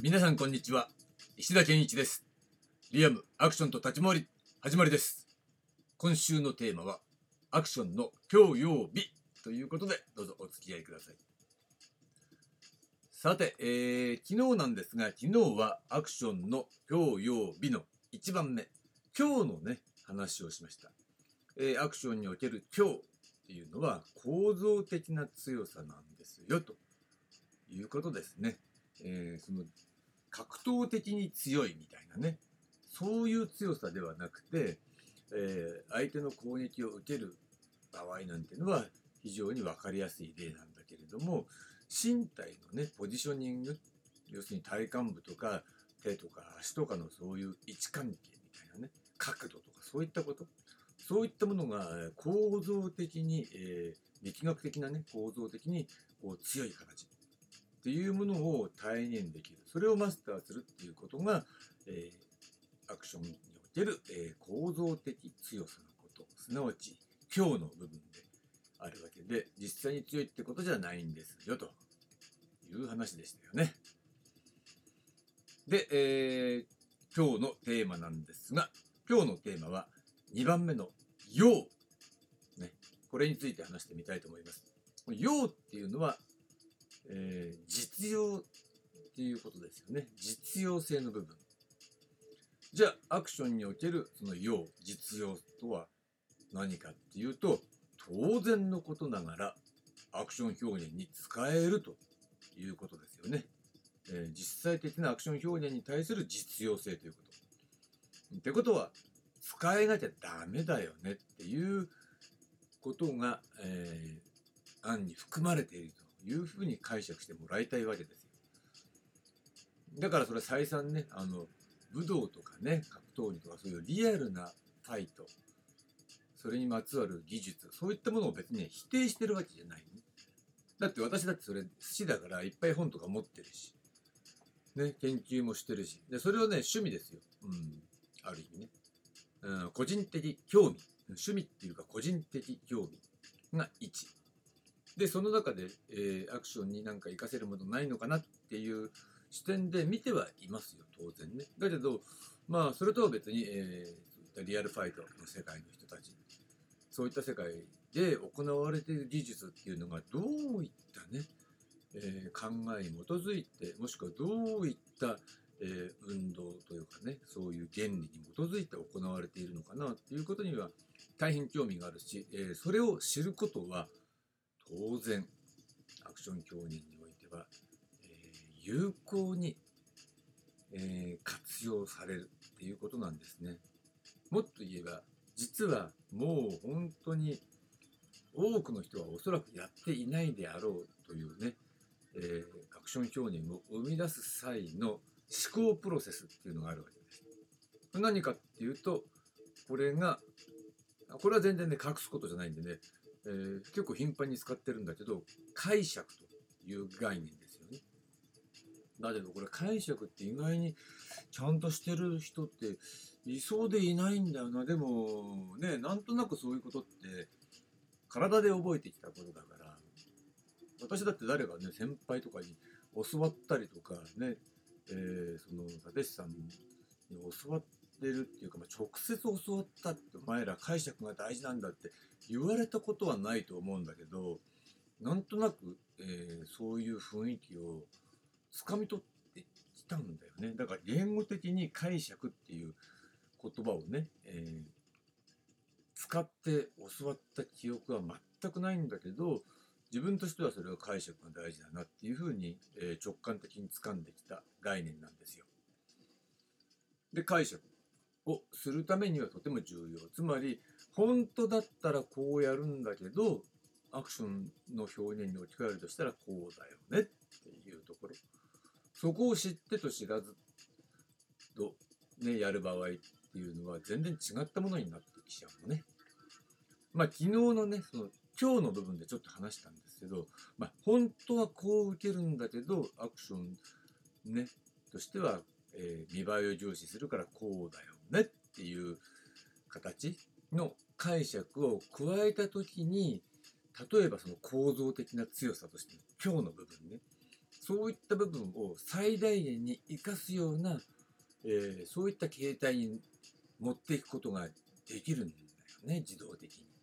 皆さんこんにちは。石田健一です。リアムアクションと立ち回り始まりです。今週のテーマはアクションの教養日ということで、どうぞお付き合いください。さて、昨日なんですが、昨日はアクションの教養日の1番目、今日のね話をしました。アクションにおける今日っていうのは構造的な強さなんですよということですね。その格闘的に強いみたいなね、そういう強さではなくて、相手の攻撃を受ける場合なんていうのは非常に分かりやすい例なんだけれども、身体のねポジショニング、要するに体幹部とか手とか足とかのそういう位置関係みたいなね、角度とかそういったこと、そういったものが構造的に、力学的なね構造的にこう強い形っていうものを体現できる、それをマスターするっていうことが、アクションにおける、構造的強さのこと、すなわち今日の部分であるわけで、実際に強いってことじゃないんですよという話でしたよね。で、今日のテーマなんですが、今日のテーマは2番目の用、ね、これについて話してみたいと思います。用っていうのは実用っていうことですよね。実用性の部分。じゃあアクションにおけるその用、実用とは何かっていうと、当然のことながらアクション表現に使えるということですよね。実際的なアクション表現に対する実用性ということ。ってことは使えなきゃダメだよねっていうことが、案に含まれているというふうに解釈してもらいたいわけですよ。だからそれは再三ね、武道とかね、格闘技とかそういうリアルなファイト、それにまつわる技術、そういったものを別に、ね、否定してるわけじゃないね。だって私だってそれ好きだからいっぱい本とか持ってるし、ね、研究もしてるし、でそれをね、趣味ですよ。ある意味ね。個人的興味。趣味っていうか個人的興味が1。で、その中で、アクションになんか活かせるものないのかなっていう視点で見てはいますよ、当然ね。だけど、まあ、それとは別に、そういったリアルファイトの世界の人たち、そういった世界で行われている技術っていうのがどういったね、考えに基づいて、もしくはどういった、運動というかね、そういう原理に基づいて行われているのかなっていうことには大変興味があるし、それを知ることは当然アクション表現においては、有効に、活用されるっていうことなんですね。もっと言えば実はもう本当に多くの人はおそらくやっていないであろうというね、アクション表現を生み出す際の思考プロセスっていうのがあるわけです。何かっていうと、これは全然ね隠すことじゃないんでね、結構頻繁に使ってるんだけど、解釈という概念ですよね。だけどこれ解釈って意外にちゃんとしてる人っていそうでいないんだよな。でもね、なんとなくそういうことって体で覚えてきたことだから、私だって誰かね先輩とかに教わったりとかね、その立石さんに教わってるっていうか、直接教わったって、お前ら解釈が大事なんだって言われたことはないと思うんだけど、なんとなく、そういう雰囲気をつかみ取ってきたんだよね。だから言語的に解釈っていう言葉をね、使って教わった記憶は全くないんだけど、自分としてはそれは解釈が大事だなっていうふうに、直感的に掴んできた概念なんですよ。で、解釈をするためにはとても重要。つまり本当だったらこうやるんだけど、アクションの表現に置き換えるとしたらこうだよねっていうところ、そこを知ってと知らずとねやる場合っていうのは全然違ったものになってきちゃうのね。昨日のねその今日の部分でちょっと話したんですけど、本当はこう受けるんだけどアクションねとしては、見栄えを重視するからこうだよねっていう形の解釈を加えた時に、例えばその構造的な強さとしての今日の部分ね、 そういった部分を最大限に生かすような、そういった形態に持っていくことができるんだよね、自動的に。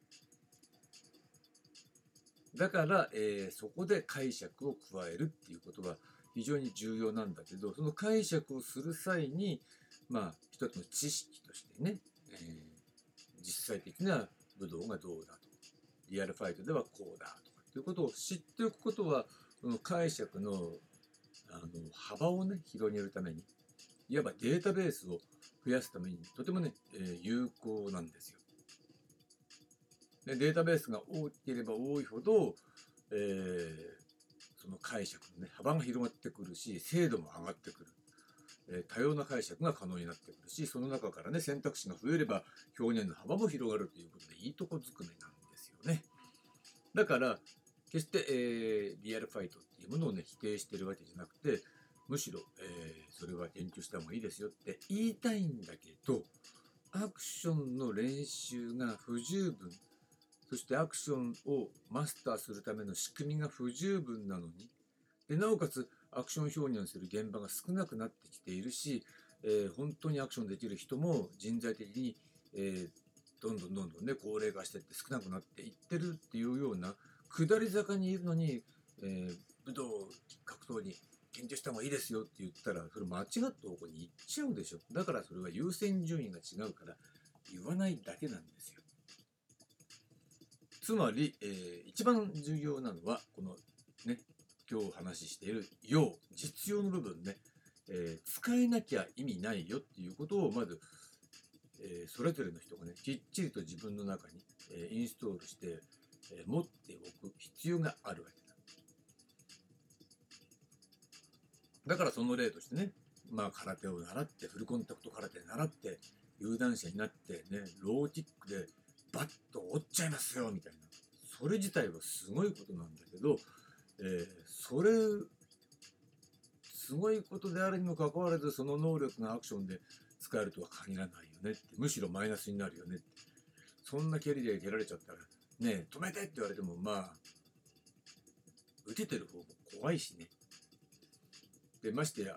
だから、そこで解釈を加えるっていうことは非常に重要なんだけど、その解釈をする際に、一つの知識としてね、実際的な武道がどうだと、リアルファイトではこうだとかっていうことを知っておくことは、その解釈の幅をね広げるために、いわばデータベースを増やすためにとてもね、有効なんですよ。でデータベースが大きければ多いほど、その解釈の、ね、幅が広がってくるし、精度も上がってくる、多様な解釈が可能になってくるし、その中からね選択肢が増えれば表現の幅も広がるということで、いいとこずくめなんですよね。だから決して、リアルファイトっていうものをね否定してるわけじゃなくて、むしろ、それは研究した方がいいですよって言いたいんだけど、アクションの練習が不十分、そしてアクションをマスターするための仕組みが不十分なのに、でなおかつアクション表現する現場が少なくなってきているし、本当にアクションできる人も人材的に、どんどんね高齢化していって少なくなっていってるっていうような下り坂にいるのに、武道格闘に研究した方がいいですよって言ったら、それ間違った方向に行っちゃうでしょ。だからそれは優先順位が違うから言わないだけなんですよ。つまり、一番重要なのはこのね、今日お話ししている要実用の部分ね、使えなきゃ意味ないよっていうことをまず、それぞれの人がねきっちりと自分の中に、インストールして、持っておく必要があるわけだ。だからその例としてね、空手を習ってフルコンタクト空手習って有段者になってね、ローキックでバッと折っちゃいますよみたいな、それ自体はすごいことなんだけど、それすごいことであるにもかかわらず、その能力がアクションで使えるとは限らないよねって、むしろマイナスになるよねって、そんな蹴りで蹴られちゃったらね、止めてって言われても受けてる方も怖いしね。でましてや、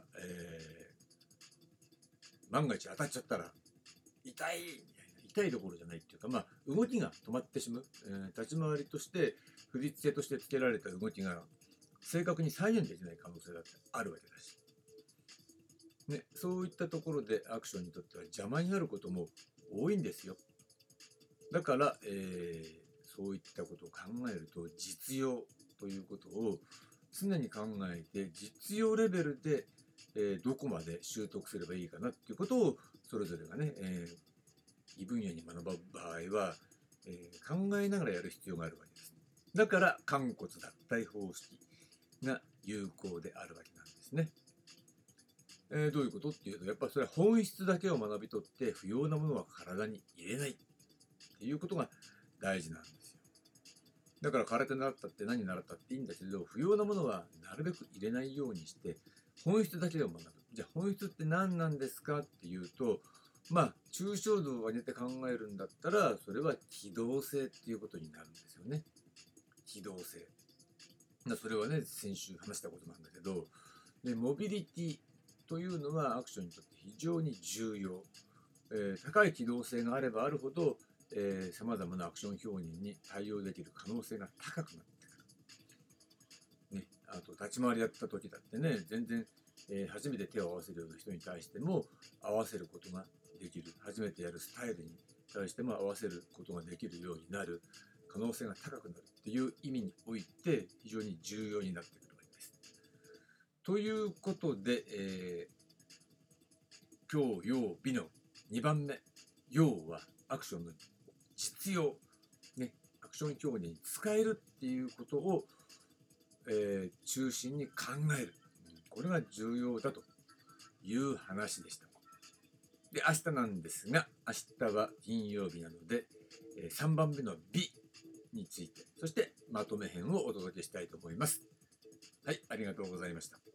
万が一当たっちゃったら痛いみたいな、痛いどころじゃないっていうか、動きが止まってしまう、立ち回りとして振り付けとしてつけられた動きが正確に再現できない可能性だってあるわけだし、ね、そういったところでアクションにとっては邪魔になることも多いんですよ。だから、そういったことを考えると、実用ということを常に考えて、実用レベルで、どこまで習得すればいいかなっていうことをそれぞれがね、異分野に学ぶ場合は、考えながらやる必要があるわけです。だから寛骨脱退方式が有効であるわけなんですね。どういうことっていうと、やっぱりそれは本質だけを学び取って不要なものは体に入れないっていうことが大事なんですよ。だから空手習ったって何習ったっていいんだけど、不要なものはなるべく入れないようにして本質だけを学ぶ。じゃあ本質って何なんですかっていうと、抽象度を上げて考えるんだったら、それは機動性っていうことになるんですよね。機動性。それはね、先週話したことなんだけど、でモビリティというのはアクションにとって非常に重要。高い機動性があればあるほど、さまざまなアクション表現に対応できる可能性が高くなってくる。ね、あと立ち回りやった時だってね、全然、初めて手を合わせるような人に対しても合わせることができる。初めてやるスタイルに対しても合わせることができるようになる可能性が高くなるっていう意味において非常に重要になってくるわけです。ということで、今日曜日の2番目、要はアクションの実用、ね、アクション表現に使えるっていうことを、中心に考える、これが重要だという話でした。で明日なんですが、明日は金曜日なので、3番目の美について、そしてまとめ編をお届けしたいと思います。はい、ありがとうございました。